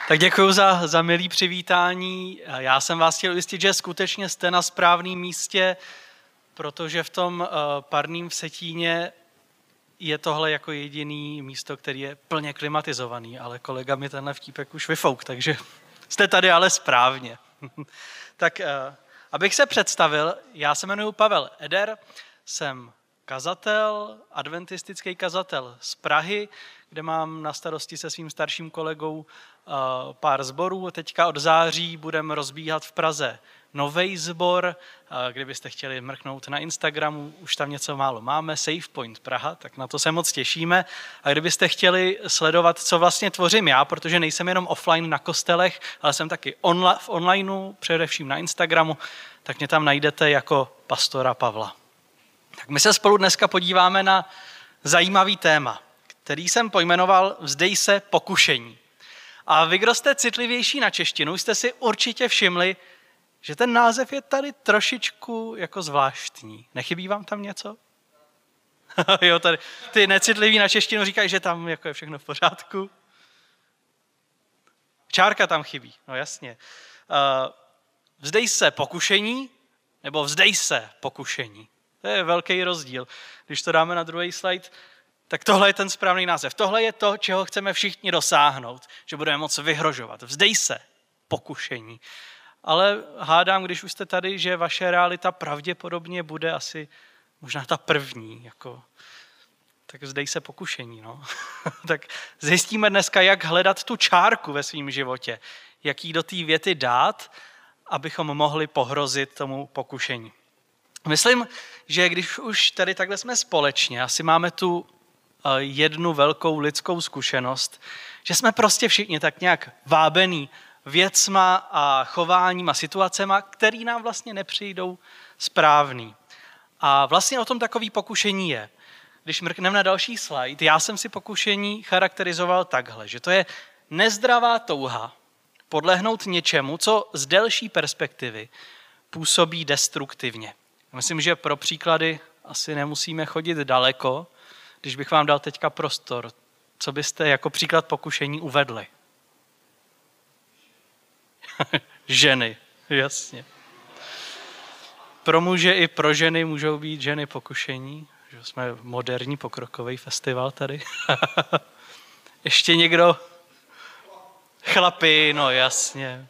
Tak děkuji za milý přivítání. Já jsem vás chtěl ujistit, že skutečně jste na správném místě, protože v tom parném Vsetíně je tohle jako jediný místo, který je plně klimatizovaný, ale kolega mi tenhle vtípek už vyfouk, takže jste tady ale správně. Tak abych se představil, já se jmenuji Pavel Eder, jsem kazatel, adventistický kazatel z Prahy, kde mám na starosti se svým starším kolegou pár sborů. Teďka od září budeme rozbíhat v Praze novej sbor. Kdybyste chtěli mrknout na Instagramu, už tam něco málo máme, Save Point Praha, tak na to se moc těšíme. A kdybyste chtěli sledovat, co vlastně tvořím já, protože nejsem jenom offline na kostelech, ale jsem taky v onlineu, především na Instagramu, tak mě tam najdete jako pastora Pavla. Tak my se spolu dneska podíváme na zajímavý téma, který jsem pojmenoval Vzdej se pokušení. A vy, kdo jste citlivější na češtinu, jste si určitě všimli, že ten název je tady trošičku jako zvláštní. Nechybí vám tam něco? Jo, tady ty necitliví na češtinu říkají, že tam jako je všechno v pořádku. Čárka tam chybí, no jasně. Vzdej se pokušení, nebo vzdej se pokušení. To je velký rozdíl. Když to dáme na druhý slide, tak tohle je ten správný název. Tohle je to, čeho chceme všichni dosáhnout, že budeme moci vyhrožovat. Vzdej se pokušení. Ale hádám, když už jste tady, že vaše realita pravděpodobně bude asi možná ta první. Tak vzdej se pokušení. No. Tak zjistíme dneska, jak hledat tu čárku ve svém životě. Jak jí do té věty dát, abychom mohli pohrozit tomu pokušení. Myslím, že když už tady takhle jsme společně, asi máme tu jednu velkou lidskou zkušenost, že jsme prostě všichni tak nějak vábení věcma a chováním a situacema, který nám vlastně nepřijdou správný. A vlastně o tom takový pokušení je. Když mrkneme na další slide, já jsem si pokušení charakterizoval takhle, že to je nezdravá touha podlehnout něčemu, co z delší perspektivy působí destruktivně. Myslím, že pro příklady asi nemusíme chodit daleko, když bych vám dal teďka prostor. Co byste jako příklad pokušení uvedli? Ženy, jasně. Pro muže i pro ženy můžou být ženy pokušení. Že jsme moderní pokrokový festival tady. Ještě někdo? Chlapi, no jasně.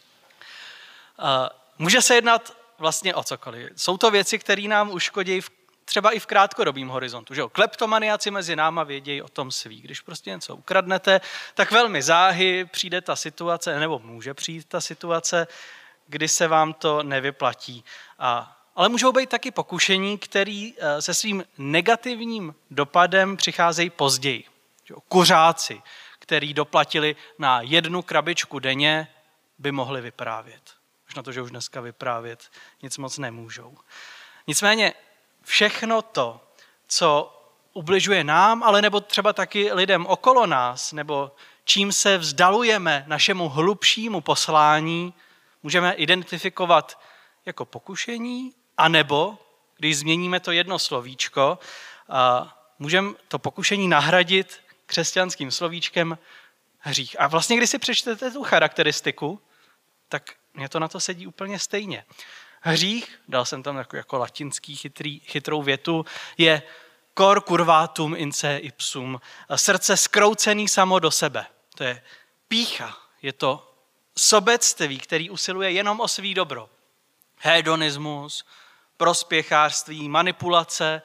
Může se jednat vlastně o cokoliv. Jsou to věci, které nám uškodí třeba i v krátkodobém horizontu. Že jo? Kleptomaniaci mezi náma vědějí o tom svý. Když prostě něco ukradnete, tak velmi záhy přijde ta situace, nebo může přijít ta situace, kdy se vám to nevyplatí. Ale můžou být taky pokušení, který se svým negativním dopadem přicházejí později. Že jo? Kuřáci, který doplatili na 1 krabičku denně, by mohli vyprávět. Už na to, že už dneska vyprávět nic moc nemůžou. Nicméně všechno to, co ubližuje nám, ale nebo třeba taky lidem okolo nás, nebo čím se vzdalujeme našemu hlubšímu poslání, můžeme identifikovat jako pokušení, anebo, když změníme to jedno slovíčko, můžeme to pokušení nahradit křesťanským slovíčkem hřích. A vlastně, když si přečtete tu charakteristiku, tak mě to na to sedí úplně stejně. Hřích, dal jsem tam jako latinský chytrou větu, je cor curvatum in se ipsum, srdce zkroucený samo do sebe. To je pýcha, je to sobectví, který usiluje jenom o svý dobro. Hedonismus, prospěchářství, manipulace.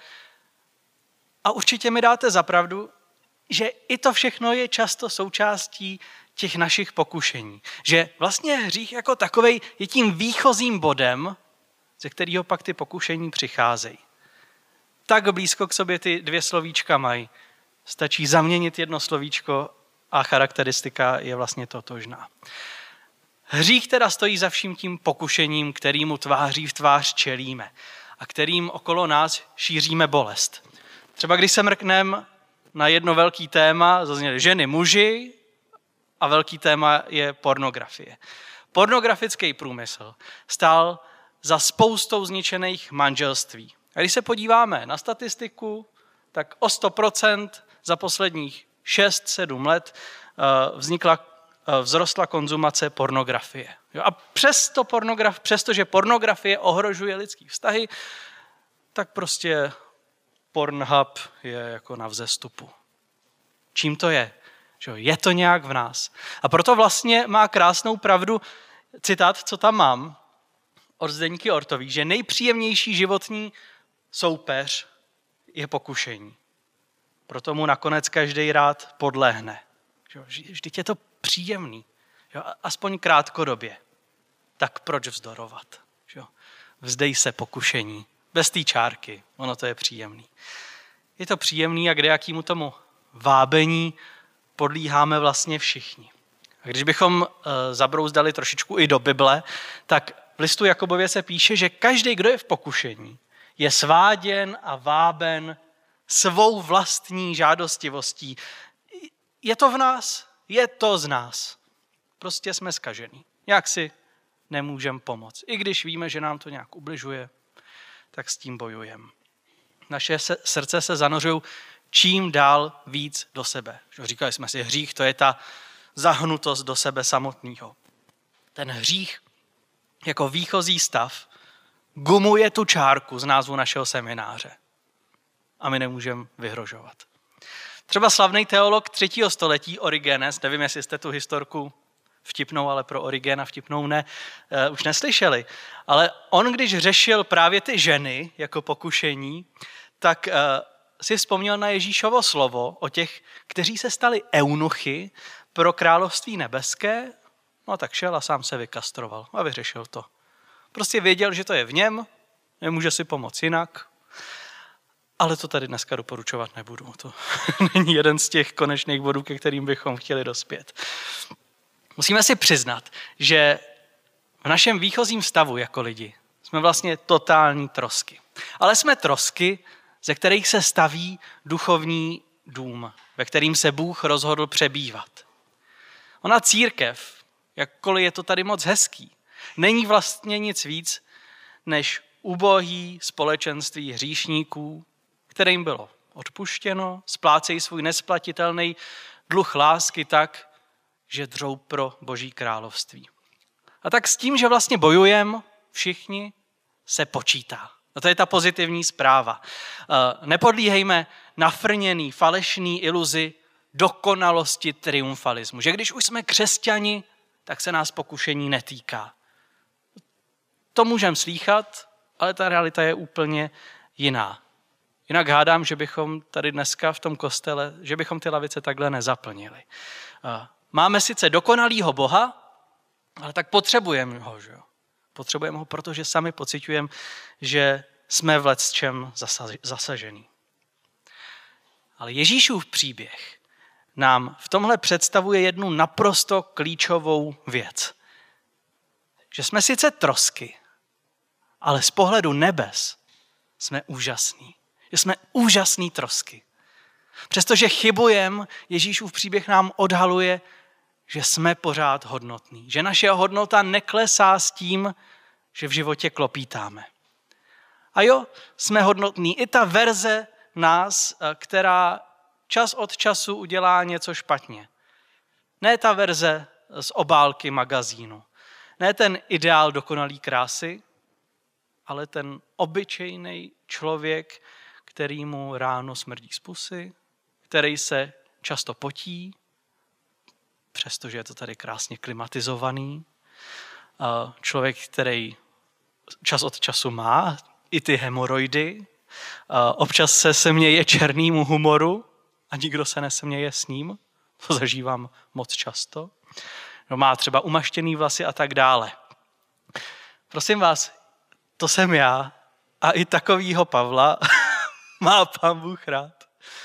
A určitě mi dáte za pravdu, že i to všechno je často součástí těch našich pokušení. Že vlastně hřích jako takovej je tím výchozím bodem, ze kterého pak ty pokušení přicházejí. Tak blízko k sobě ty 2 slovíčka mají. Stačí zaměnit jedno slovíčko a charakteristika je vlastně totožná. Hřích teda stojí za vším tím pokušením, kterýmu tváří v tvář čelíme a kterým okolo nás šíříme bolest. Třeba když se mrkneme na jedno velký téma, zazněly ženy, muži a velký téma je pornografie. Pornografický průmysl stál za spoustou zničených manželství. A když se podíváme na statistiku, tak o 100% za posledních 6-7 let vznikla vzrostla konzumace pornografie. Jo, a přestože pornografie ohrožuje lidský vztahy, tak prostě Pornhub je jako na vzestupu. Čím to je? Že je to nějak v nás. A proto vlastně má krásnou pravdu citát, co tam mám, od Zdeňky Ortový, že nejpříjemnější životní soupeř je pokušení. Proto mu nakonec každý rád podlehne. Vždyť je to příjemný. Jo, aspoň krátkodobě. Tak proč vzdorovat? Jo, vzdej se pokušení. Bez té čárky. Ono to je příjemný. Je to příjemný a kde jakýmu tomu vábení podlíháme vlastně všichni. A když bychom zabrouzdali trošičku i do Bible, tak v listu Jakobově se píše, že každý, kdo je v pokušení, je sváděn a váben svou vlastní žádostivostí. Je to v nás, je to z nás. Prostě jsme zkažený. Nějak si nemůžeme pomoct. I když víme, že nám to nějak ubližuje, tak s tím bojujeme. Naše srdce se zanořují čím dál víc do sebe. Říkali jsme si, hřích to je ta zahnutost do sebe samotného. Ten hřích jako výchozí stav gumuje tu čárku z názvu našeho semináře. A my nemůžeme vyhrožovat. Třeba slavný teolog 3. století Origenes, nevím, jestli jste tu historku vtipnou, ale pro Origena vtipnou ne, už neslyšeli. Ale on, když řešil právě ty ženy jako pokušení, tak si vzpomněl na Ježíšovo slovo o těch, kteří se stali eunuchy pro království nebeské, no tak šel a sám se vykastroval a vyřešil to. Prostě věděl, že to je v něm, nemůže si pomoct jinak, ale to tady dneska doporučovat nebudu. To není jeden z těch konečných bodů, ke kterým bychom chtěli dospět. Musíme si přiznat, že v našem výchozím stavu jako lidi jsme vlastně totální trosky. Ale jsme trosky, ze kterých se staví duchovní dům, ve kterým se Bůh rozhodl přebývat. Ona církev, jakkoliv je to tady moc hezký, není vlastně nic víc než ubohý společenství hříšníků, kterým bylo odpuštěno, splácejí svůj nesplatitelný dluh lásky tak, že dřou pro Boží království. A tak s tím, že vlastně bojujeme všichni, se počítá. A to je ta pozitivní zpráva. Nepodlíhejme nafrněný, falešný iluzi dokonalosti triumfalismu. Že když už jsme křesťani, tak se nás pokušení netýká. To můžeme slýchat, ale ta realita je úplně jiná. Jinak hádám, že bychom tady dneska v tom kostele, že bychom ty lavice takhle nezaplnili. Máme sice dokonalýho Boha, ale tak potřebujeme ho, že jo? Potřebujeme ho, protože sami pociťujeme, že jsme v lecčem zasažený. Ale Ježíšův příběh nám v tomhle představuje jednu naprosto klíčovou věc. Že jsme sice trosky, ale z pohledu nebes jsme úžasní. Že jsme úžasný trosky. Přestože chybujeme, Ježíšův příběh nám odhaluje, že jsme pořád hodnotní. Že naše hodnota neklesá s tím, že v životě klopítáme. A jo, jsme hodnotní. I ta verze nás, která čas od času udělá něco špatně. Ne ta verze z obálky magazínu. Ne ten ideál dokonalý krásy, ale ten obyčejný člověk, který mu ráno smrdí z pusy, který se často potí, přestože je to tady krásně klimatizovaný. Člověk, který čas od času má i ty hemoroidy, občas se směje černému humoru a nikdo se nesměje s ním. To zažívám moc často. No, má třeba umaštěný vlasy a tak dále. Prosím vás, to jsem já a i takovýho Pavla má Pán Bůh rád.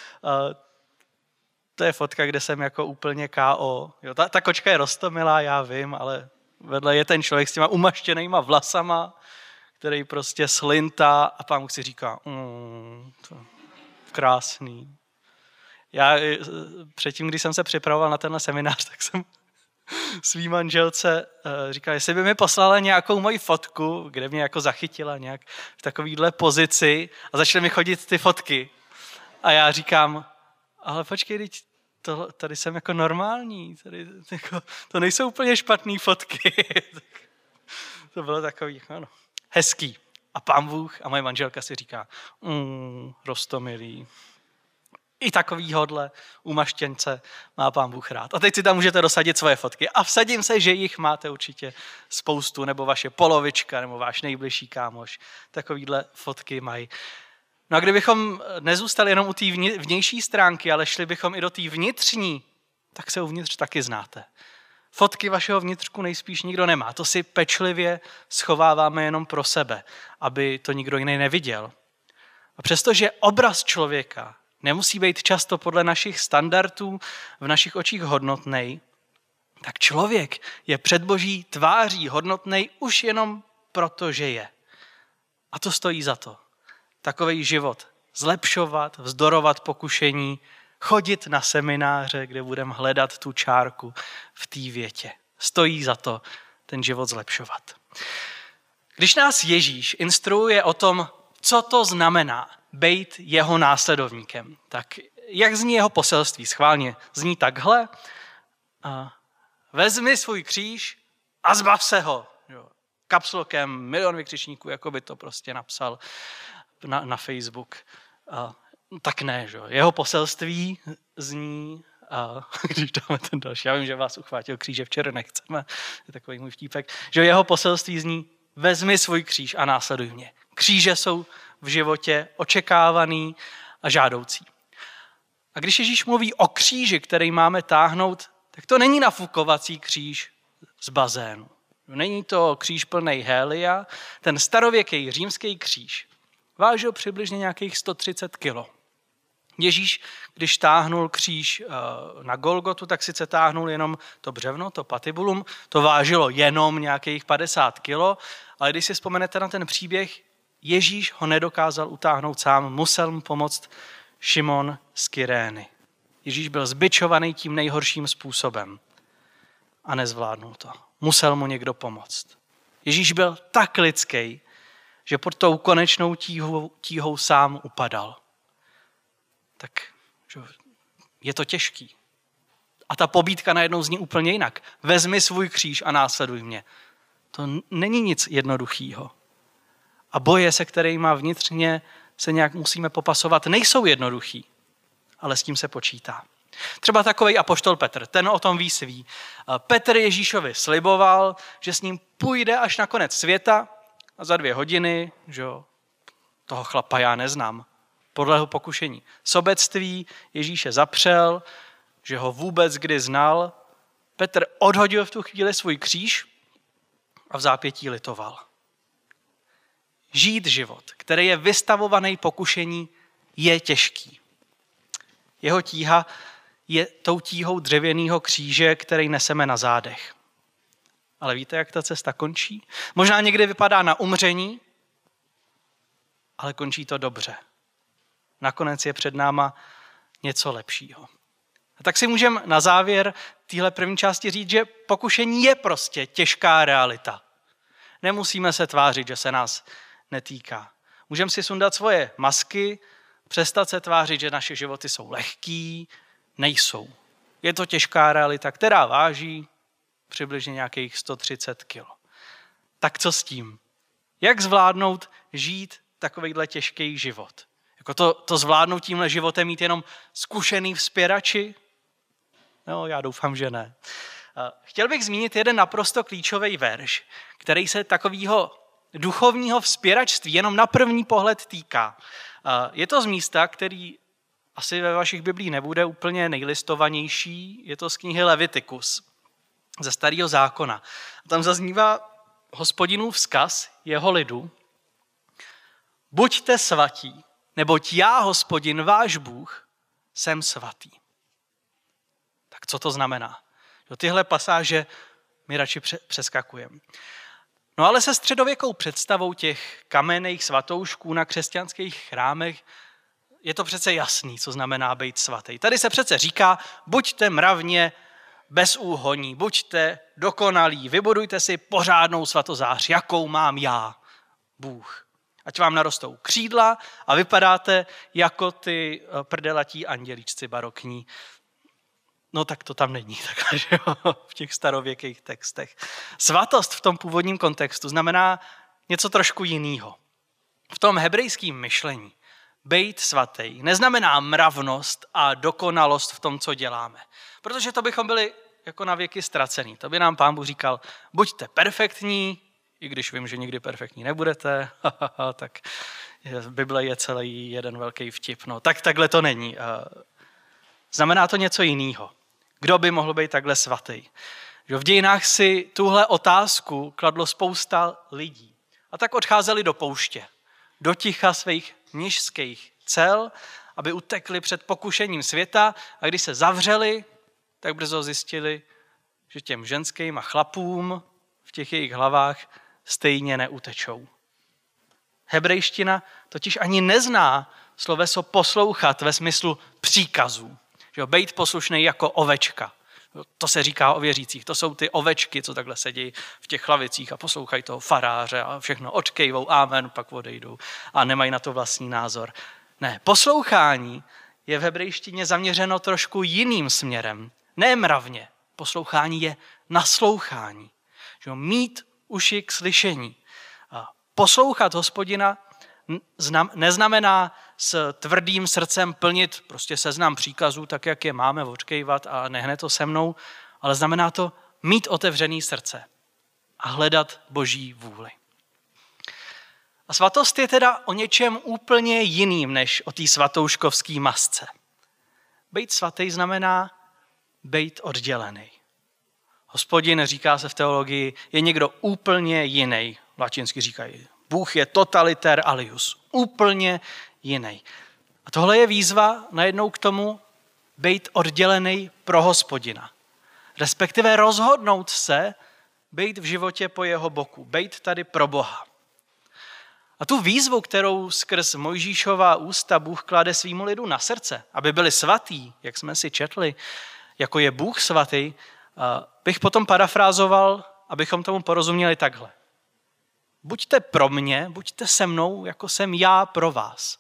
To je fotka, kde jsem jako úplně K.O. Jo, ta kočka je roztomilá, já vím, ale vedle je ten člověk s těma umaštěnýma vlasama, který prostě slintá a Pán Bůh si říká, to krásný. Já předtím, když jsem se připravoval na tenhle seminář, tak jsem svý manželce říkal, jestli by mi poslala nějakou moji fotku, kde mě jako zachytila nějak v takovýhle pozici a začaly mi chodit ty fotky. A já říkám, ale počkej, tady jsem jako normální, tady, jako, to nejsou úplně špatné fotky. To bylo takový hezký. A Pán Bůh a moje manželka si říká, Roztomilý. I takovýhodle umaštěnce má Pán Bůh rád. A teď si tam můžete dosadit svoje fotky. A vsadím se, že jich máte určitě spoustu, nebo vaše polovička, nebo váš nejbližší kámoš. Takovýhle fotky mají. No a kdybychom nezůstali jenom u té vnější stránky, ale šli bychom i do té vnitřní, tak se uvnitř taky znáte. Fotky vašeho vnitřku nejspíš nikdo nemá. To si pečlivě schováváme jenom pro sebe, aby to nikdo jiný neviděl. A přestože obraz člověka nemusí být často podle našich standardů v našich očích hodnotnej, tak člověk je před Boží tváří hodnotnej už jenom proto, že je. A to stojí za to. Takovej život zlepšovat, vzdorovat pokušení, chodit na semináře, kde budeme hledat tu čárku v té větě. Stojí za to ten život zlepšovat. Když nás Ježíš instruuje o tom, co to znamená být jeho následovníkem, tak jak zní jeho poselství? Schválně zní takhle. Vezmi svůj kříž a zbav se ho. Kapslokem, 1 milion vykřičníků, jako by to prostě napsal na Facebook. Tak ne, že? Jeho poselství zní, když dáme ten další, já vím, že vás uchvátil kříže včera, nechceme, je takový můj vtípek, že jeho poselství zní, vezmi svůj kříž a následuj mě. Kříže jsou v životě očekávaný a žádoucí. A když Ježíš mluví o kříži, který máme táhnout, tak to není nafukovací kříž z bazénu. Není to kříž plnej hélia, ten starověký římský kříž vážil přibližně nějakých 130 kilo. Ježíš, když táhnul kříž na Golgotu, tak sice táhnul jenom to břevno, to patibulum, to vážilo jenom nějakých 50 kilo, ale když si vzpomenete na ten příběh, Ježíš ho nedokázal utáhnout sám, musel mu pomoct Šimon z Kyrény. Ježíš byl zbičovaný tím nejhorším způsobem a nezvládnul to. Musel mu někdo pomoct. Ježíš byl tak lidský, že pod tou konečnou tíhou sám upadal. Tak je to těžký. A ta pobídka najednou zní úplně jinak. Vezmi svůj kříž a následuj mě. To není nic jednoduchýho. A boje, se kterými vnitřně se nějak musíme popasovat, nejsou jednoduchý, ale s tím se počítá. Třeba takovej apoštol Petr, ten o tom ví svý. Petr Ježíšovi sliboval, že s ním půjde až na konec světa a za 2 hodiny, že toho chlapa já neznám, podlehl pokušení sobectví, Ježíše zapřel, že ho vůbec kdy znal. Petr odhodil v tu chvíli svůj kříž a v zápětí litoval. Žít život, který je vystavovaný pokušení, je těžký. Jeho tíha je tou tíhou dřevěného kříže, který neseme na zádech. Ale víte, jak ta cesta končí? Možná někdy vypadá na umření, ale končí to dobře. Nakonec je před náma něco lepšího. A tak si můžeme na závěr téhle první části říct, že pokušení je prostě těžká realita. Nemusíme se tvářit, že se nás netýká. Můžeme si sundat svoje masky, přestat se tvářit, že naše životy jsou lehký, nejsou. Je to těžká realita, která váží přibližně nějakých 130 kilo. Tak co s tím? Jak zvládnout žít takovejhle těžký život? Jako to zvládnout tímhle životem mít jenom zkušený vzpěrači? No, já doufám, že ne. Chtěl bych zmínit jeden naprosto klíčový verš, který se takového duchovního vzpěračství jenom na první pohled týká. Je to z místa, který asi ve vašich biblích nebude úplně nejlistovanější, je to z knihy Levitikus, ze Starého zákona. Tam zaznívá Hospodinův vzkaz jeho lidu: buďte svatí, neboť já, Hospodin, váš Bůh, jsem svatý. Tak co to znamená? Tyhle pasáže my radši přeskakujeme. No ale se středověkou představou těch kamenných svatoušků na křesťanských chrámech je to přece jasný, co znamená být svatý. Tady se přece říká, buďte mravně bez úhoní, buďte dokonalí, vybudujte si pořádnou svatozář, jakou mám já, Bůh. Ať vám narostou křídla a vypadáte jako ty prdelatí andělíčci barokní. No tak to tam není takhle, že jo, v těch starověkých textech. Svatost v tom původním kontextu znamená něco trošku jiného. V tom hebrejském myšlení bejt svatý neznamená mravnost a dokonalost v tom, co děláme. Protože to bychom byli jako na věky ztracený. To by nám Pán Bůh říkal, buďte perfektní, i když vím, že nikdy perfektní nebudete, tak v Bibli je celý jeden velký vtip. No, tak takhle to není. Znamená to něco jiného. Kdo by mohl být takhle svatý? V dějinách si tuhle otázku kladlo spousta lidí. A tak odcházeli do pouště, do ticha svých mnišských cel, aby utekli před pokušením světa, a když se zavřeli, tak brzo zjistili, že těm ženským a chlapům v těch jejich hlavách stejně neutečou. Hebrejština totiž ani nezná sloveso poslouchat ve smyslu příkazů. Bejt poslušnej jako ovečka. To se říká o věřících. To jsou ty ovečky, co takhle sedí v těch lavicích a poslouchají toho faráře a všechno odkejvou, amen, pak odejdou a nemají na to vlastní názor. Ne, poslouchání je v hebrejštině zaměřeno trošku jiným směrem. Ne mravně. Poslouchání je naslouchání. Mít uši k slyšení. Poslouchat Hospodina neznamená s tvrdým srdcem plnit prostě seznam příkazů, tak jak je máme, odkejvat a nehne to se mnou, ale znamená to mít otevřený srdce a hledat Boží vůli. A svatost je teda o něčem úplně jiným, než o té svatouškovské masce. Bejt svatý znamená bejt oddělený. Hospodin, říká se v teologii, je někdo úplně jiný. Latinsky říkají, Bůh je totaliter alius, úplně jiný. A tohle je výzva najednou k tomu bejt oddělený pro Hospodina. Respektive rozhodnout se bejt v životě po jeho boku, bejt tady pro Boha. A tu výzvu, kterou skrz Mojžíšova ústa Bůh klade svýmu lidu na srdce, aby byli svatý, jak jsme si četli, jako je Bůh svatý, bych potom parafrázoval, abychom tomu porozuměli takhle. Buďte pro mě, buďte se mnou, jako jsem já pro vás.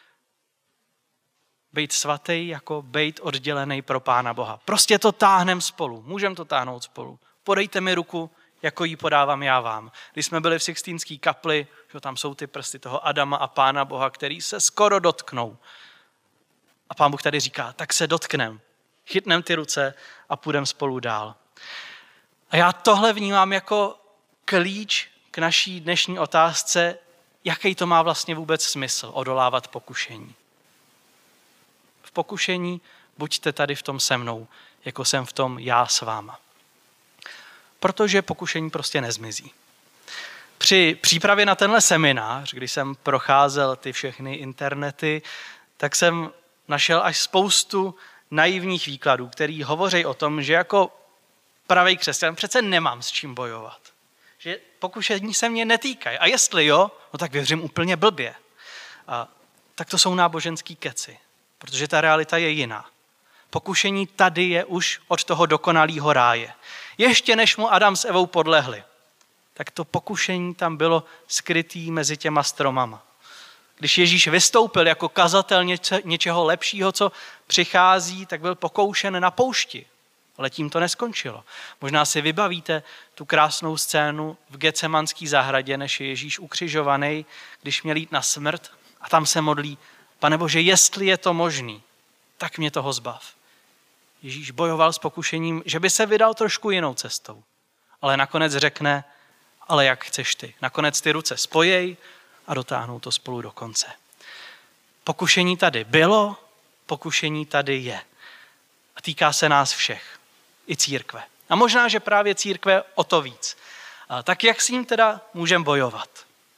Bejt svatý jako bejt oddělený pro Pána Boha. Prostě to táhnem spolu, můžeme to táhnout spolu. Podejte mi ruku, jako ji podávám já vám. Když jsme byli v Sixtínské kapli, že tam jsou ty prsty toho Adama a Pána Boha, který se skoro dotknou. A Pán Bůh tady říká, tak se dotknem, chytnem ty ruce a půjdem spolu dál. A já tohle vnímám jako klíč k naší dnešní otázce, jaký to má vlastně vůbec smysl odolávat pokušení. V pokušení buďte tady v tom se mnou, jako jsem v tom já s váma. Protože pokušení prostě nezmizí. Při přípravě na tenhle seminář, když jsem procházel ty všechny internety, tak jsem našel až spoustu naivních výkladů, který hovoří o tom, že jako pravý křesťan přece nemám s čím bojovat. Že pokušení se mě netýkají. A jestli jo, no tak věřím úplně blbě. Tak to jsou náboženský keci, protože ta realita je jiná. Pokušení tady je už od toho dokonalého ráje. Ještě než mu Adam s Evou podlehli, tak to pokušení tam bylo skrytý mezi těma stromama. Když Ježíš vystoupil jako kazatel něčeho lepšího, co přichází, tak byl pokoušen na poušti. Ale tím to neskončilo. Možná si vybavíte tu krásnou scénu v Getsemanské zahradě, než je Ježíš ukřižovaný, když měl jít na smrt a tam se modlí, Pane Bože, jestli je to možný, tak mě toho zbav. Ježíš bojoval s pokušením, že by se vydal trošku jinou cestou. Ale nakonec řekne, ale jak chceš ty. Nakonec ty ruce spojej a dotáhnou to spolu do konce. Pokušení tady bylo, pokušení tady je. A týká se nás všech, i církve. A možná, že právě církve o to víc. Tak jak s ním teda můžeme bojovat?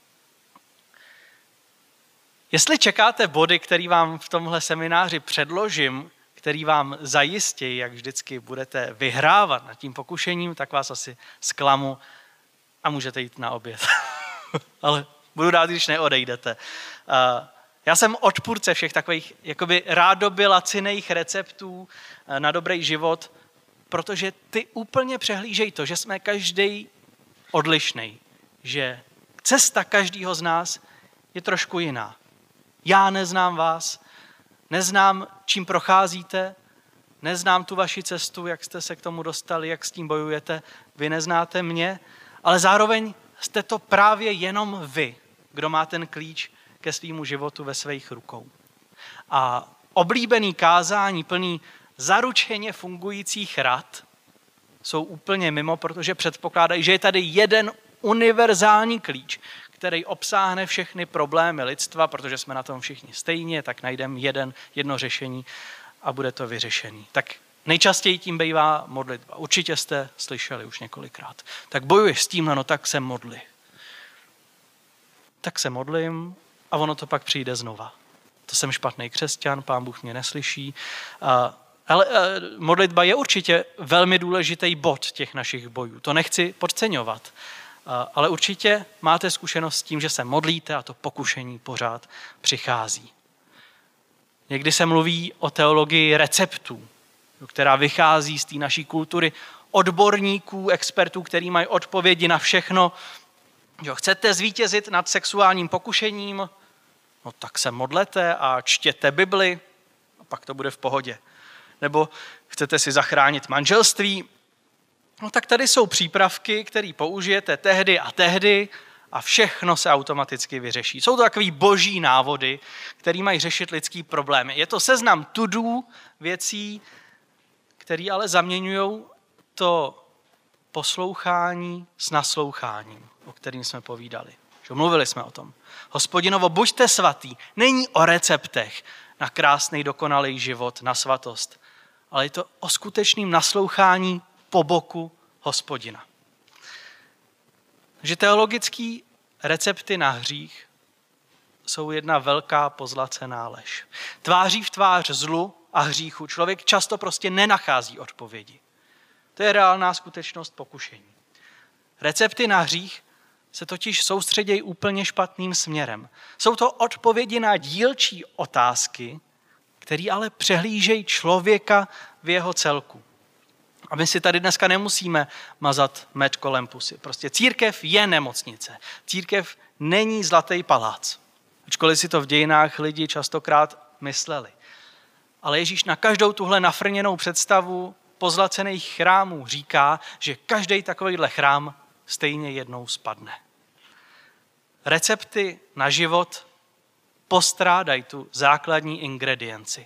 Jestli čekáte body, který vám v tomhle semináři předložím, který vám zajistí, jak vždycky budete vyhrávat nad tím pokušením, tak vás asi zklamu a můžete jít na oběd. Ale budu rád, když neodejdete. Já jsem odpůrce všech takových jakoby rádoby laciných receptů na dobrý život, protože ty úplně přehlížejí to, že jsme každý odlišnej, že cesta každého z nás je trošku jiná. Já neznám vás, neznám, čím procházíte neznám tu vaši cestu, jak jste se k tomu dostali, jak s tím bojujete, vy neznáte mě, ale zároveň jste to právě jenom vy, kdo má ten klíč ke svýmu životu ve svých rukou. A oblíbený kázání plný zaručeně fungujících rad jsou úplně mimo, protože předpokládají, že je tady jeden univerzální klíč, který obsáhne všechny problémy lidstva, protože jsme na tom všichni stejně, tak najdeme jedno řešení a bude to vyřešený. Tak nejčastěji tím bývá modlitba. Určitě jste slyšeli už několikrát. Tak bojuješ s tím, no tak se modli. Tak se modlím a ono to pak přijde znova. To jsem špatný křesťan, Pán Bůh mě neslyší. Ale modlitba je určitě velmi důležitý bod těch našich bojů. To nechci podceňovat. Ale určitě máte zkušenost s tím, že se modlíte a to pokušení pořád přichází. Někdy se mluví o teologii receptů, která vychází z té naší kultury odborníků, expertů, který mají odpovědi na všechno. Jo, chcete zvítězit nad sexuálním pokušením? No tak se modlete a čtěte Bibli a pak to bude v pohodě. Nebo chcete si zachránit manželství? No tak tady jsou přípravky, které použijete tehdy a všechno se automaticky vyřeší. Jsou to takový boží návody, které mají řešit lidský problémy. Je to seznam to-do věcí, které ale zaměňují to poslouchání s nasloucháním, o kterým jsme povídali. Mluvili jsme o tom. Hospodinovo, buďte svatý. Není o receptech na krásný, dokonalý život, na svatost, ale je to o skutečným naslouchání po boku Hospodina. Takže teologický recepty na hřích jsou jedna velká pozlacená lež. Tváří v tvář zlu a hříchu člověk často prostě nenachází odpovědi. To je reálná skutečnost pokušení. Recepty na hřích se totiž soustředějí úplně špatným směrem. Jsou to odpovědi na dílčí otázky, které ale přehlížejí člověka v jeho celku. A my si tady dneska nemusíme mazat med kolem pusy. Prostě církev je nemocnice. Církev není zlatý palác. Ačkoliv si to v dějinách lidi častokrát mysleli. Ale Ježíš na každou tuhle nafrněnou představu pozlacených chrámů říká, že každý takovýhle chrám stejně jednou spadne. Recepty na život postrádají tu základní ingredienci.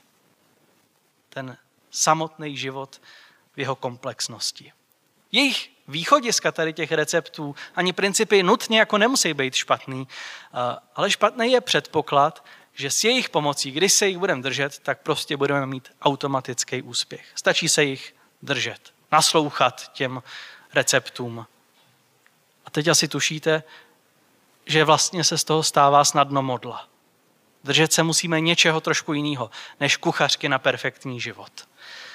Ten samotný život v jeho komplexnosti. Jejich východiska tady těch receptů ani principy nutně jako nemusí být špatný, ale špatný je předpoklad, že s jejich pomocí, když se jich budeme držet, tak prostě budeme mít automatický úspěch. Stačí se jich držet, naslouchat těm receptům. A teď asi tušíte, že vlastně se z toho stává snadno modla. Držet se musíme něčeho trošku jiného, než kuchařky na perfektní život.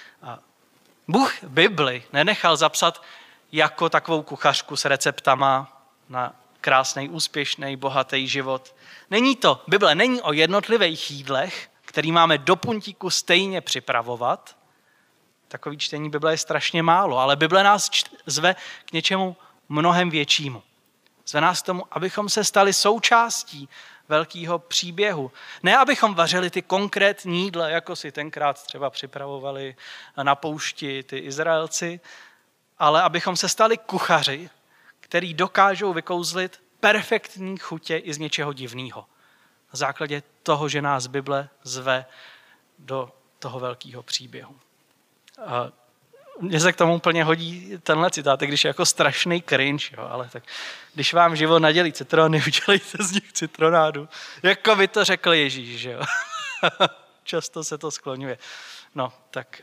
Bůh Bibli nenechal zapsat jako takovou kuchařku s receptama na krásný, úspěšný, bohatý život. Bible není o jednotlivých jídlech, který máme do puntíku stejně připravovat. Takový čtení Bible je strašně málo, ale Bible nás zve k něčemu mnohem většímu. Zve nás k tomu, abychom se stali součástí velkého příběhu. Ne, abychom vařili ty konkrétní jídla, jako si tenkrát třeba připravovali na poušti ty Izraelci, ale abychom se stali kuchaři, který dokážou vykouzlit perfektní chutě i z něčeho divného. Na základě toho, že nás Bible zve do toho velkého příběhu. Mně se k tomu úplně hodí tenhle citát, když je jako strašný cringe, jo, ale tak když vám život nadělí citrony, udělejte z nich citronádu. Jako by to řekl Ježíš, že jo. Často se to skloňuje. No, tak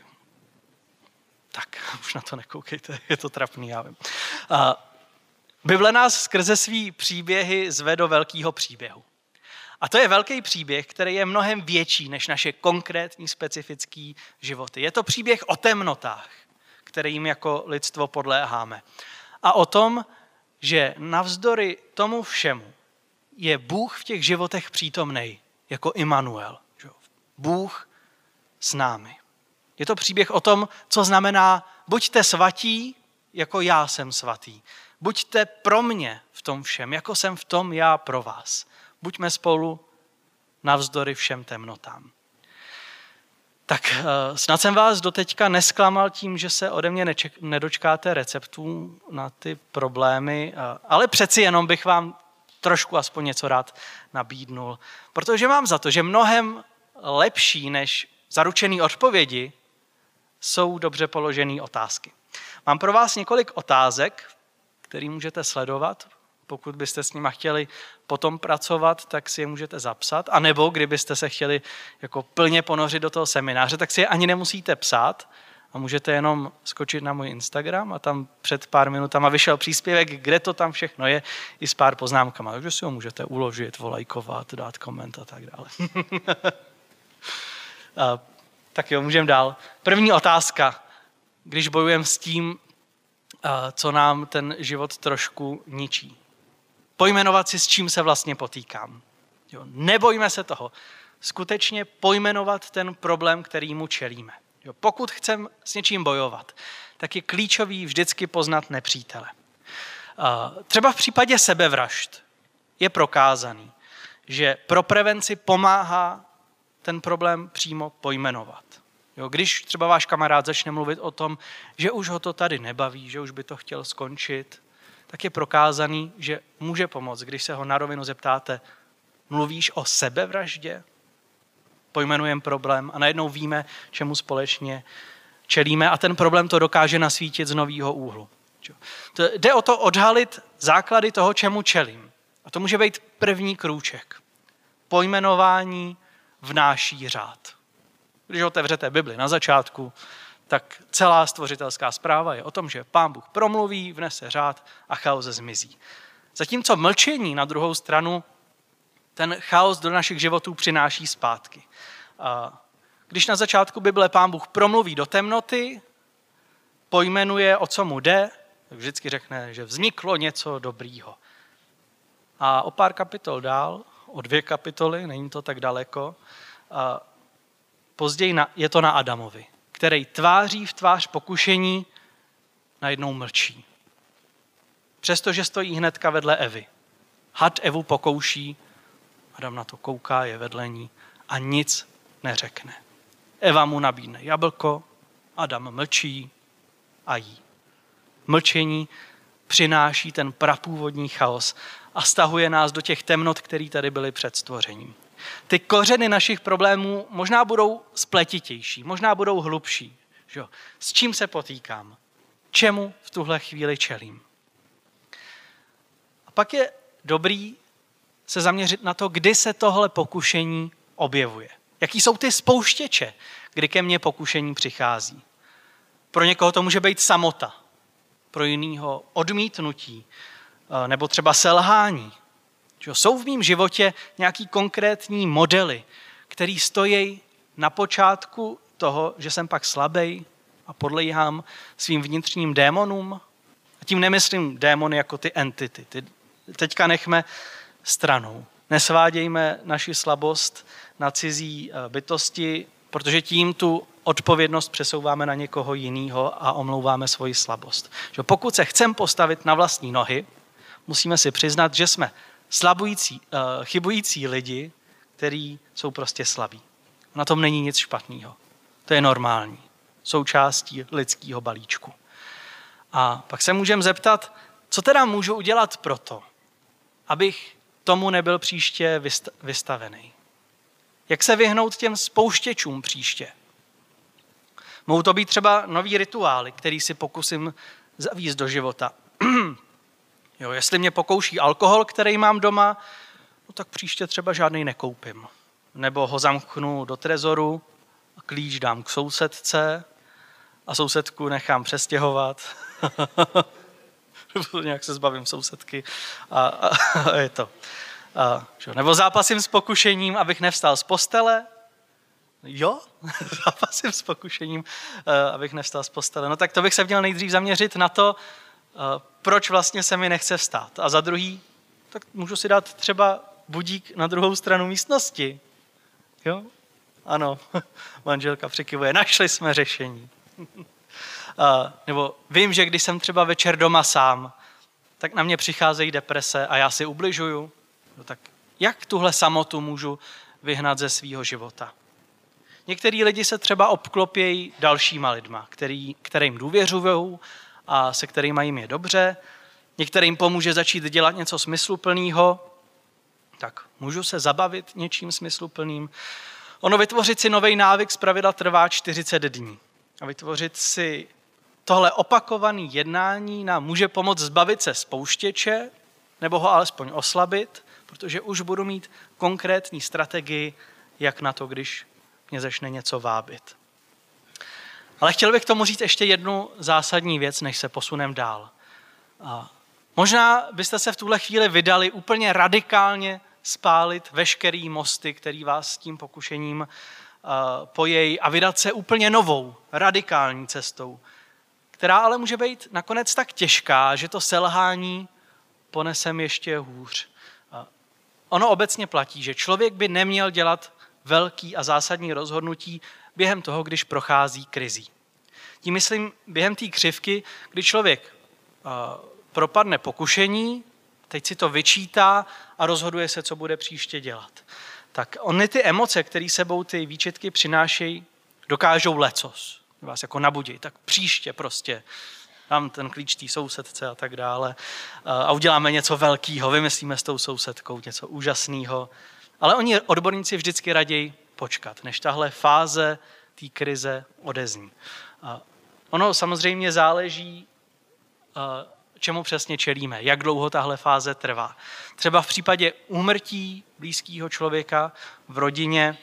už na to nekoukejte, je to trapný, já vím. Bible nás skrze svý příběhy zve do velkého příběhu. A to je velký příběh, který je mnohem větší než naše konkrétní specifické životy. Je to příběh o temnotách, kterým jako lidstvo podléháme. A o tom, že navzdory tomu všemu je Bůh v těch životech přítomnej, jako Immanuel. Bůh s námi. Je to příběh o tom, co znamená buďte svatí, jako já jsem svatý. Buďte pro mě v tom všem, jako jsem v tom já pro vás. Buďme spolu navzdory všem temnotám. Tak snad jsem vás doteďka nesklamal tím, že se ode mě nedočkáte receptů na ty problémy, ale přeci jenom bych vám trošku aspoň něco rád nabídnul. Protože mám za to, že mnohem lepší než zaručené odpovědi jsou dobře položené otázky. Mám pro vás několik otázek, které můžete sledovat. Pokud byste s nima chtěli potom pracovat, tak si je můžete zapsat. A nebo kdybyste se chtěli jako plně ponořit do toho semináře, tak si je ani nemusíte psát a můžete jenom skočit na můj Instagram a tam před pár minutama vyšel příspěvek, kde to tam všechno je, i s pár poznámkama. Takže si ho můžete uložit, volajkovat, dát koment a tak dále. Tak jo, můžeme dál. První otázka. Když bojujeme s tím, co nám ten život trošku ničí. Pojmenovat si, s čím se vlastně potýkám. Jo, nebojme se toho. Skutečně pojmenovat ten problém, kterýmu čelíme. Jo, pokud chceme s něčím bojovat, tak je klíčový vždycky poznat nepřítele. Třeba v případě sebevražd je prokázaný, že pro prevenci pomáhá ten problém přímo pojmenovat. Jo, když třeba váš kamarád začne mluvit o tom, že už ho to tady nebaví, že už by to chtěl skončit, tak je prokázaný, že může pomoct, když se ho na rovinu zeptáte, mluvíš o sebevraždě? Pojmenujeme problém a najednou víme, čemu společně čelíme a ten problém to dokáže nasvítit z nového úhlu. Jde o to odhalit základy toho, čemu čelím. A to může být první krůček. Pojmenování vnáší řád. Když otevřete Bibli na začátku, tak celá stvořitelská zpráva je o tom, že Pán Bůh promluví, vnese řád a chaos zmizí. Zatímco mlčení na druhou stranu ten chaos do našich životů přináší zpátky. Když na začátku Bible Pán Bůh promluví do temnoty, pojmenuje, o co mu jde, tak vždycky řekne, že vzniklo něco dobrýho. A o pár kapitol dál, o 2 kapitoly, není to tak daleko, později je to na Adamovi, který tváří v tvář pokušení najednou mlčí. Přestože stojí hnedka vedle Evy. Had Evu pokouší, Adam na to kouká, je vedle ní a nic neřekne. Eva mu nabídne jablko, Adam mlčí a jí. Mlčení přináší ten prapůvodní chaos a stahuje nás do těch temnot, které tady byly před stvořením. Ty kořeny našich problémů možná budou spletitější, možná budou hlubší. Že? S čím se potýkám? Čemu v tuhle chvíli čelím? A pak je dobrý se zaměřit na to, kdy se tohle pokušení objevuje. Jaký jsou ty spouštěče, kdy ke mně pokušení přichází. Pro někoho to může být samota, pro jiného odmítnutí, nebo třeba selhání. Jsou v mém životě nějaký konkrétní modely, který stojí na počátku toho, že jsem pak slabý a podléhám svým vnitřním démonům. A tím nemyslím démony jako ty entity. Ty teďka nechme stranou. Nesvádějme naši slabost na cizí bytosti, protože tím tu odpovědnost přesouváme na někoho jiného a omlouváme svoji slabost. Že pokud se chceme postavit na vlastní nohy, musíme si přiznat, že jsme chybující lidi, kteří jsou prostě slabí. Na tom není nic špatného. To je normální. Součástí lidského balíčku. A pak se můžeme zeptat, co teda můžu udělat proto, abych tomu nebyl příště vystavený. Jak se vyhnout těm spouštěčům příště? Mohou to být třeba nový rituály, který si pokusím zavést do života. Jo, jestli mě pokouší alkohol, který mám doma, no tak příště třeba žádnej nekoupím. Nebo ho zamknu do trezoru, klíč dám k sousedce a sousedku nechám přestěhovat. Nějak se zbavím sousedky a je to. Nebo zápasím s pokušením, abych nevstal z postele. Jo, zápasím s pokušením, abych nevstal z postele. No tak to bych se měl nejdřív zaměřit na to, proč vlastně se mi nechce vstát. A za druhý, tak můžu si dát třeba budík na druhou stranu místnosti. Jo? Ano, manželka přikyvuje, našli jsme řešení. Nebo vím, že když jsem třeba večer doma sám, tak na mě přicházejí deprese a já si ubližuju. No tak jak tuhle samotu můžu vyhnat ze svýho života? Některý lidi se třeba obklopějí dalšíma lidma, kterým důvěřují a se kterými jim je dobře. Některým pomůže začít dělat něco smysluplného, tak můžu se zabavit něčím smysluplným. Ono vytvořit si nový návyk zpravidla trvá 40 dní. A vytvořit si tohle opakované jednání nám může pomoct zbavit se spouštěče nebo ho alespoň oslabit, protože už budu mít konkrétní strategii, jak na to, když mě začne něco vábit. Ale chtěl bych k tomu říct ještě jednu zásadní věc, než se posuneme dál. Možná byste se v tuhle chvíli vydali úplně radikálně spálit veškerý mosty, který vás s tím pokušením pojejí a vydat se úplně novou, radikální cestou, která ale může být nakonec tak těžká, že to selhání ponesem ještě hůř. Ono obecně platí, že člověk by neměl dělat velký a zásadní rozhodnutí během toho, když prochází krizí. Tím myslím během té křivky, kdy člověk propadne pokušení, teď si to vyčítá a rozhoduje se, co bude příště dělat. Tak ony ty emoce, které sebou ty výčitky přinášejí, dokážou lecos. Vás jako nabudí, tak příště prostě dám ten klíč té sousedce a tak dále a uděláme něco velkého, vymyslíme s tou sousedkou něco úžasného. Ale oni odborníci vždycky raději počkat, než tahle fáze té krize odezní. Ono samozřejmě záleží, čemu přesně čelíme, jak dlouho tahle fáze trvá. Třeba v případě úmrtí blízkého člověka v rodině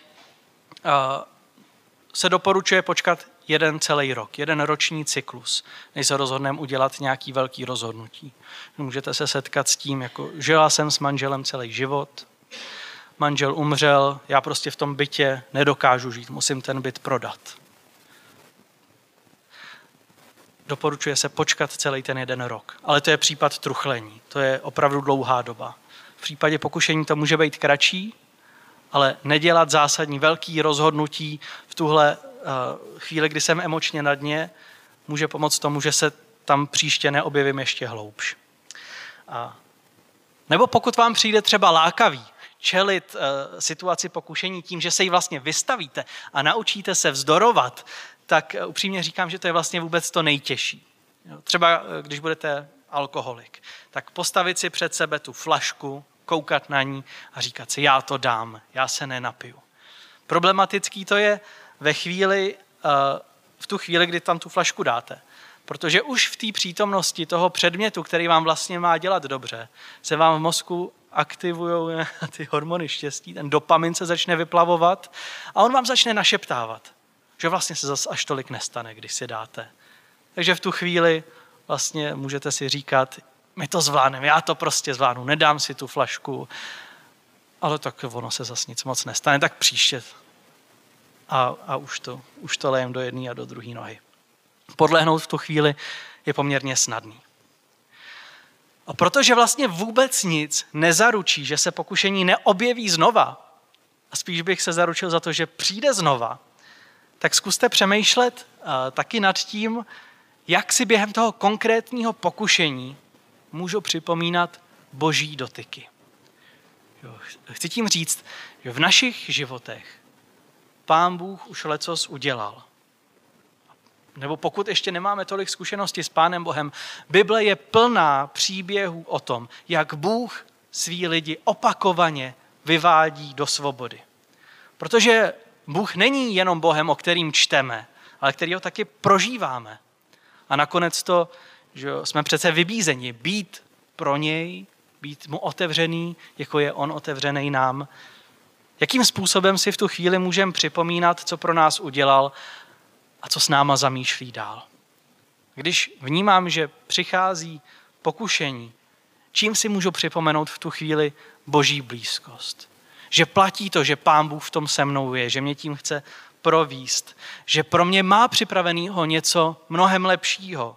se doporučuje počkat jeden celý rok, jeden roční cyklus, než se rozhodneme udělat nějaký velký rozhodnutí. Můžete se setkat s tím, jako žila jsem s manželem celý život, manžel umřel, já prostě v tom bytě nedokážu žít, musím ten byt prodat. Doporučuje se počkat celý ten jeden rok, ale to je případ truchlení, to je opravdu dlouhá doba. V případě pokušení to může být kratší, ale nedělat zásadní velký rozhodnutí v tuhle chvíli, kdy jsem emočně na dně, může pomoct tomu, že se tam příště neobjevím ještě hloubš. Nebo pokud vám přijde třeba lákavý čelit situaci pokušení tím, že se jí vlastně vystavíte a naučíte se vzdorovat, tak upřímně říkám, že to je vlastně vůbec to nejtěžší. Třeba když budete alkoholik, tak postavit si před sebe tu flašku, koukat na ní a říkat si, já to dám, já se nenapiju. Problematický to je v tu chvíli, kdy tam tu flašku dáte. Protože už v té přítomnosti toho předmětu, který vám vlastně má dělat dobře, se vám v mozku aktivují ty hormony štěstí, ten dopamin se začne vyplavovat a on vám začne našeptávat, že vlastně se zas až tolik nestane, když si dáte. Takže v tu chvíli vlastně můžete si říkat, my to zvládneme, já to prostě zvládnu, nedám si tu flašku, ale tak ono se zas nic moc nestane, tak příště. A už to lejem do jedné a do druhé nohy. Podlehnout v tu chvíli je poměrně snadný. A protože vlastně vůbec nic nezaručí, že se pokušení neobjeví znova, a spíš bych se zaručil za to, že přijde znova, tak zkuste přemýšlet taky nad tím, jak si během toho konkrétního pokušení můžu připomínat boží dotyky. Chci tím říct, že v našich životech Pán Bůh už lecos udělal. Nebo pokud ještě nemáme tolik zkušeností s Pánem Bohem, Bible je plná příběhů o tom, jak Bůh svý lidi opakovaně vyvádí do svobody. Protože Bůh není jenom Bohem, o kterým čteme, ale kterýho taky prožíváme. A nakonec to, že jsme přece vybízeni být pro něj, být mu otevřený, jako je on otevřený nám. Jakým způsobem si v tu chvíli můžeme připomínat, co pro nás udělal a co s náma zamýšlí dál. Když vnímám, že přichází pokušení, čím si můžu připomenout v tu chvíli boží blízkost? Že platí to, že Pán Bůh v tom se mnou je, že mě tím chce provést, že pro mě má připravenýho něco mnohem lepšího.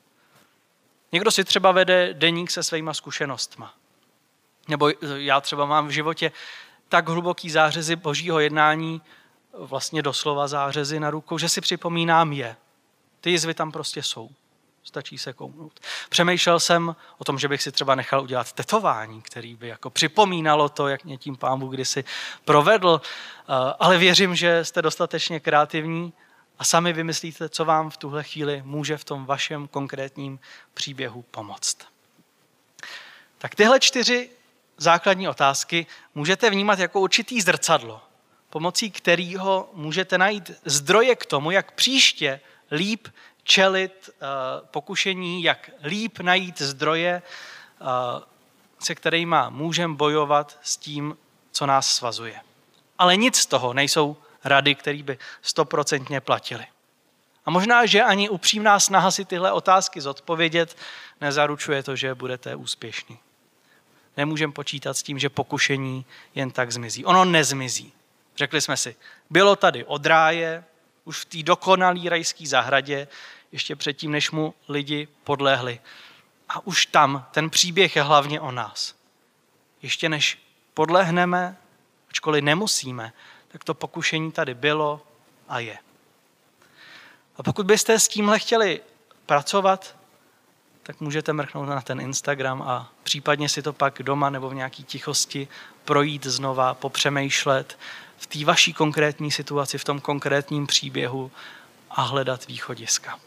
Někdo si třeba vede deník se svýma zkušenostma. Nebo já třeba mám v životě tak hluboký zářezy božího jednání, vlastně doslova zářezy na rukou, že si připomínám je. Ty jizvy tam prostě jsou. Stačí se kouknout. Přemýšlel jsem o tom, že bych si třeba nechal udělat tetování, který by jako připomínalo to, jak mě tím Pán Bůh kdysi provedl, ale věřím, že jste dostatečně kreativní a sami vymyslíte, co vám v tuhle chvíli může v tom vašem konkrétním příběhu pomoct. Tak tyhle 4 základní otázky můžete vnímat jako určitý zrcadlo, pomocí kterého můžete najít zdroje k tomu, jak příště líp čelit pokušení, jak líp najít zdroje, se kterými můžeme bojovat s tím, co nás svazuje. Ale nic z toho nejsou rady, které by 100% platily. A možná, že ani upřímná snaha si tyhle otázky zodpovědět nezaručuje to, že budete úspěšní. Nemůžeme počítat s tím, že pokušení jen tak zmizí. Ono nezmizí. Řekli jsme si, bylo tady od ráje, už v té dokonalé rajské zahradě, ještě předtím, než mu lidi podlehli. A už tam ten příběh je hlavně o nás. Ještě než podlehneme, ačkoliv nemusíme, tak to pokušení tady bylo a je. A pokud byste s tímhle chtěli pracovat, tak můžete mrknout na ten Instagram a případně si to pak doma nebo v nějaké tichosti projít znova, popřemýšlet v té vaší konkrétní situaci, v tom konkrétním příběhu a hledat východiska.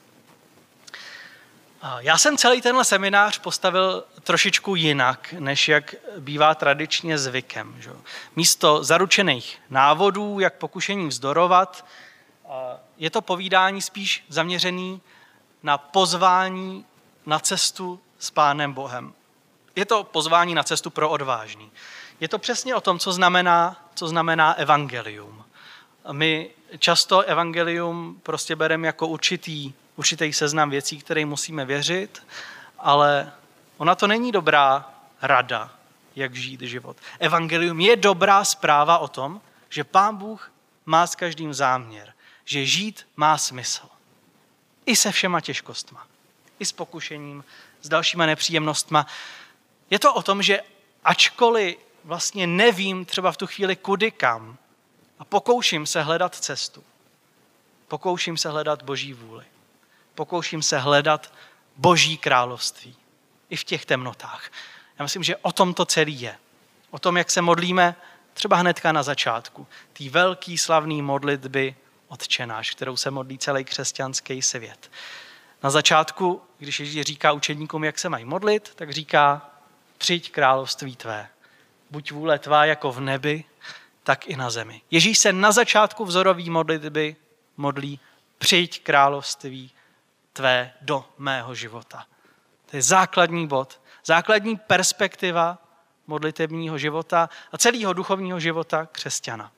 Já jsem celý tenhle seminář postavil trošičku jinak, než jak bývá tradičně zvykem. Že? Místo zaručených návodů, jak pokušení vzdorovat, je to povídání spíš zaměřený na pozvání na cestu s Pánem Bohem. Je to pozvání na cestu pro odvážný. Je to přesně o tom, co znamená evangelium. My často evangelium prostě bereme jako určitý seznam věcí, které musíme věřit, ale ona to není dobrá rada, jak žít život. Evangelium je dobrá zpráva o tom, že Pán Bůh má s každým záměr, že žít má smysl. I se všema těžkostma, i s pokušením, s dalšíma nepříjemnostma. Je to o tom, že ačkoliv vlastně nevím třeba v tu chvíli kudy kam a pokouším se hledat cestu, pokouším se hledat Boží vůli, pokouším se hledat Boží království i v těch temnotách. Já myslím, že o tom to celý je. O tom, jak se modlíme třeba hnedka na začátku. Tý velký slavný modlitby Otče náš, kterou se modlí celý křesťanský svět. Na začátku, když Ježíš říká učedníkům, jak se mají modlit, tak říká, přijď království tvé. Buď vůle tvá jako v nebi, tak i na zemi. Ježíš se na začátku vzorový modlitby modlí, přijď království tvé do mého života. To je základní bod, základní perspektiva modlitebního života a celého duchovního života křesťana.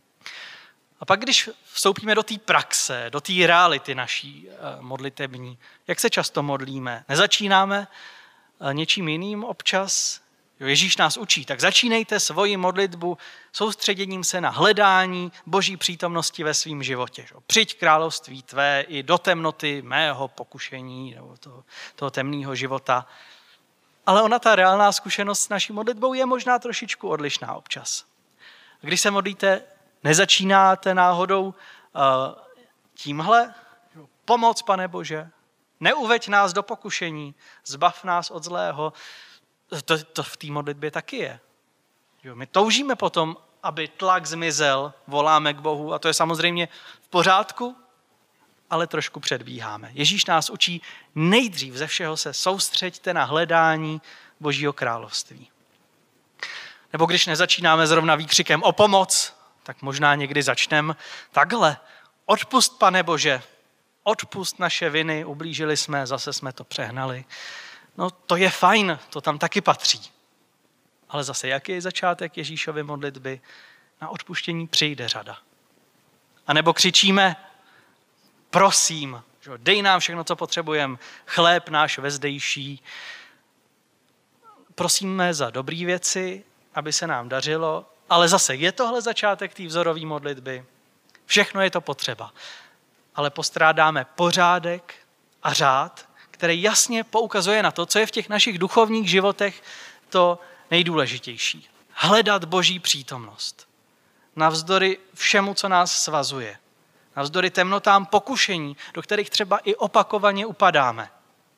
A pak, když vstoupíme do té praxe, do té reality naší modlitební, jak se často modlíme? Nezačínáme něčím jiným občas? Ježíš nás učí, tak začínejte svoji modlitbu soustředěním se na hledání Boží přítomnosti ve svém životě. Přijď království tvé i do temnoty mého pokušení nebo toho temného života. Ale ona, ta reálná zkušenost s naší modlitbou je možná trošičku odlišná občas. Když se modlíte, nezačínáte náhodou tímhle? Pomoc, Pane Bože, neuveď nás do pokušení, zbav nás od zlého. To v té modlitbě taky je. My toužíme potom, aby tlak zmizel, voláme k Bohu a to je samozřejmě v pořádku, ale trošku předbíháme. Ježíš nás učí, nejdřív ze všeho se soustřeďte na hledání Božího království. Nebo když nezačínáme zrovna výkřikem o pomoc, tak možná někdy začneme takhle. Odpusť, Pane Bože, odpusť naše viny, ublížili jsme, zase jsme to přehnali. No to je fajn, to tam taky patří. Ale zase, jaký je začátek Ježíšovy modlitby? Na odpuštění přijde řada. A nebo křičíme, prosím, dej nám všechno, co potřebujeme, chléb náš vezdejší. Prosíme za dobré věci, aby se nám dařilo, ale zase je tohle začátek té vzorové modlitby. Všechno je to potřeba. Ale postrádáme pořádek a řád, který jasně poukazuje na to, co je v těch našich duchovních životech to nejdůležitější. Hledat Boží přítomnost. Navzdory všemu, co nás svazuje. Navzdory temnotám pokušení, do kterých třeba i opakovaně upadáme.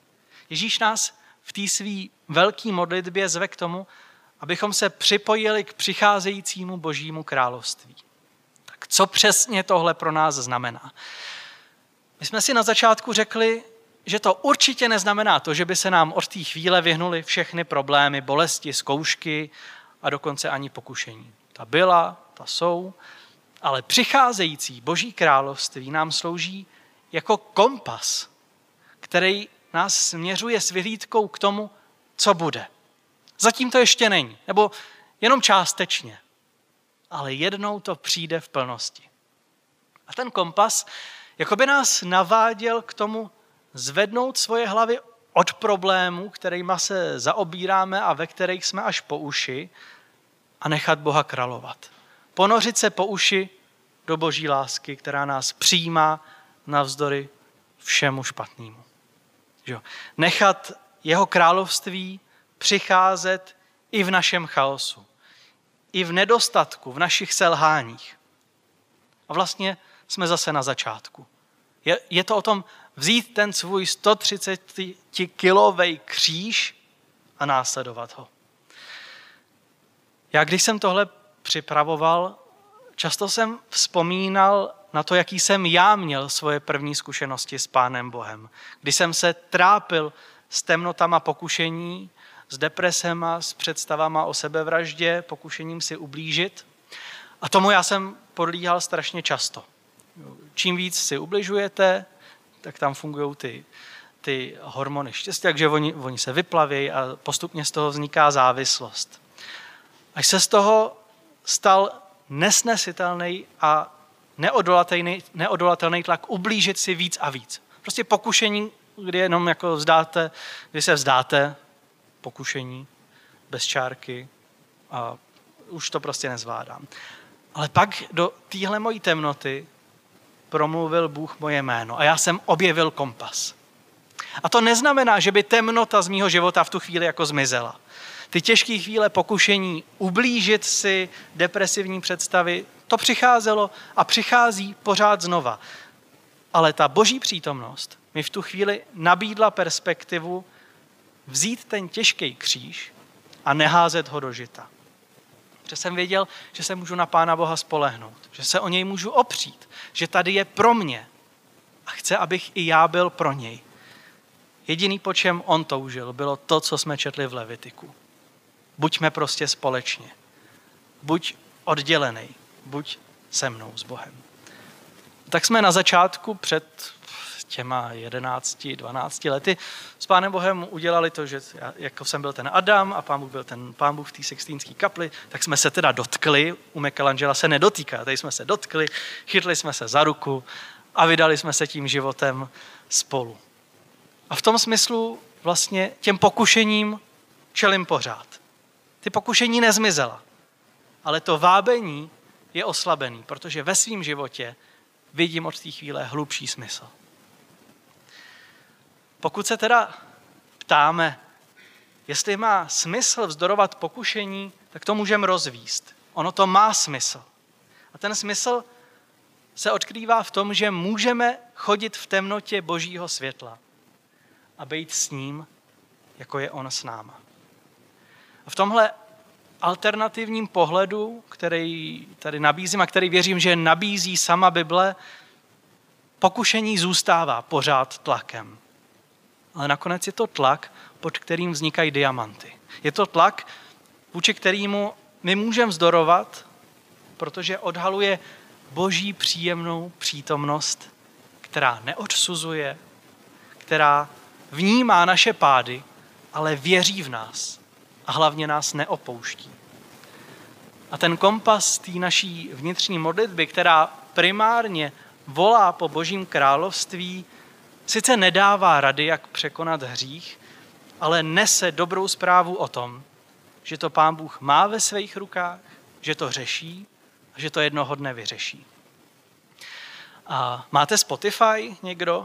Ježíš nás v té své velké modlitbě zve k tomu, abychom se připojili k přicházejícímu Božímu království. Tak co přesně tohle pro nás znamená? My jsme si na začátku řekli, že to určitě neznamená to, že by se nám od té chvíle vyhnuly všechny problémy, bolesti, zkoušky a dokonce ani pokušení. Ta byla, ta jsou, ale přicházející Boží království nám slouží jako kompas, který nás směřuje s vyhlídkou k tomu, co bude. Zatím to ještě není, nebo jenom částečně, ale jednou to přijde v plnosti. A ten kompas jako by nás naváděl k tomu zvednout svoje hlavy od problémů, kterýma se zaobíráme a ve kterých jsme až po uši, a nechat Boha královat. Ponořit se po uši do Boží lásky, která nás přijímá navzdory všemu špatnému. Nechat jeho království přicházet i v našem chaosu, i v nedostatku, v našich selháních. A vlastně jsme zase na začátku. Je to o tom vzít ten svůj 130-kilový kříž a následovat ho. Já když jsem tohle připravoval, často jsem vzpomínal na to, jaký jsem já měl svoje první zkušenosti s Pánem Bohem. Když jsem se trápil s temnotama pokušení, s depresema, s představama o sebevraždě, pokušením si ublížit. A tomu já jsem podlíhal strašně často. Čím víc si ubližujete, tak tam fungují ty hormony štěstí, takže oni se vyplaví a postupně z toho vzniká závislost. Až se z toho stal nesnesitelný a neodolatelný tlak ublížit si víc a víc. Prostě pokušení, kdy jenom jako kdy se vzdáte pokušení bez čárky a už to prostě nezvládám. Ale pak do téhle mojí temnoty promluvil Bůh moje jméno a já jsem objevil kompas. A to neznamená, že by temnota z mýho života v tu chvíli jako zmizela. Ty těžké chvíle pokušení ublížit si, depresivní představy, to přicházelo a přichází pořád znova. Ale ta Boží přítomnost mi v tu chvíli nabídla perspektivu vzít ten těžký kříž a neházet ho do žita. Protože jsem věděl, že se můžu na Pána Boha spolehnout, že se o něj můžu opřít, že tady je pro mě a chce, abych i já byl pro něj. Jediný, po čem on toužil, bylo to, co jsme četli v Levitiku. Buďme prostě společně. Buď oddělený, buď se mnou s Bohem. Tak jsme na začátku před těma 11-12 lety s Pánem Bohem udělali to, že jako jsem byl ten Adam a Pán Bůh byl ten Pán Bůh v té Sixtínské kapli, tak jsme se teda dotkli, u Michelangela se nedotýká, tady jsme se dotkli, chytli jsme se za ruku a vydali jsme se tím životem spolu. A v tom smyslu vlastně těm pokušením čelím pořád. Ty pokušení nezmizela, ale to vábení je oslabený, protože ve svém životě vidím od té chvíle hlubší smysl. Pokud se teda ptáme, jestli má smysl vzdorovat pokušení, tak to můžeme rozvíst. Ono to má smysl. A ten smysl se odkrývá v tom, že můžeme chodit v temnotě Božího světla a být s ním, jako je on s náma. A v tomhle alternativním pohledu, který tady nabízím a který věřím, že nabízí sama Bible, pokušení zůstává pořád tlakem. Ale nakonec je to tlak, pod kterým vznikají diamanty. Je to tlak, vůči kterému my můžeme vzdorovat, protože odhaluje Boží příjemnou přítomnost, která neodsuzuje, která vnímá naše pády, ale věří v nás a hlavně nás neopouští. A ten kompas té naší vnitřní modlitby, která primárně volá po Božím království, sice nedává rady, jak překonat hřích, ale nese dobrou zprávu o tom, že to Pán Bůh má ve svých rukách, že to řeší a že to jednoho dne vyřeší. A máte Spotify někdo?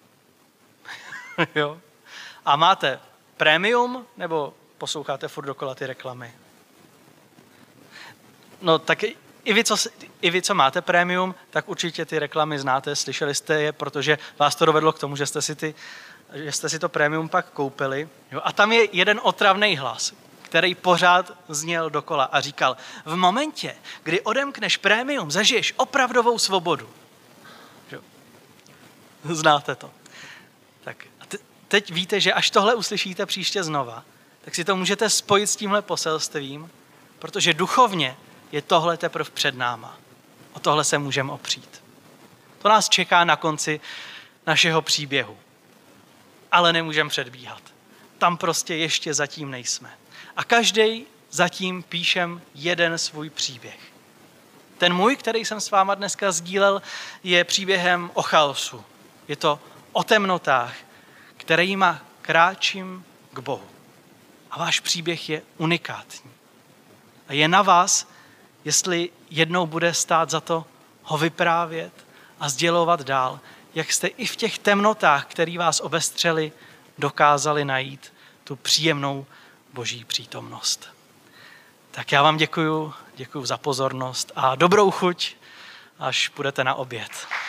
Jo. A máte premium, nebo posloucháte furt dokola ty reklamy? No tak i vy, co máte premium, tak určitě ty reklamy znáte, slyšeli jste je, protože vás to dovedlo k tomu, že jste si ty že jste si to prémium pak koupili. Jo? A tam je jeden otravný hlas, který pořád zněl dokola a říkal, v momentě, kdy odemkneš prémium, zažiješ opravdovou svobodu. Jo? Znáte to. Tak teď víte, že až tohle uslyšíte příště znova, tak si to můžete spojit s tímhle poselstvím, protože duchovně je tohle teprve před náma. O tohle se můžeme opřít. To nás čeká na konci našeho příběhu. Ale nemůžeme předbíhat. Tam prostě ještě zatím nejsme. A každý zatím píšem jeden svůj příběh. Ten můj, který jsem s váma dneska sdílel, je příběhem o chaosu. Je to o temnotách, kterýma kráčím k Bohu. A váš příběh je unikátní. A je na vás, jestli jednou bude stát za to ho vyprávět a sdělovat dál, jak jste i v těch temnotách, které vás obestřely, dokázali najít tu příjemnou Boží přítomnost. Tak já vám děkuju za pozornost a dobrou chuť, až půjdete na oběd.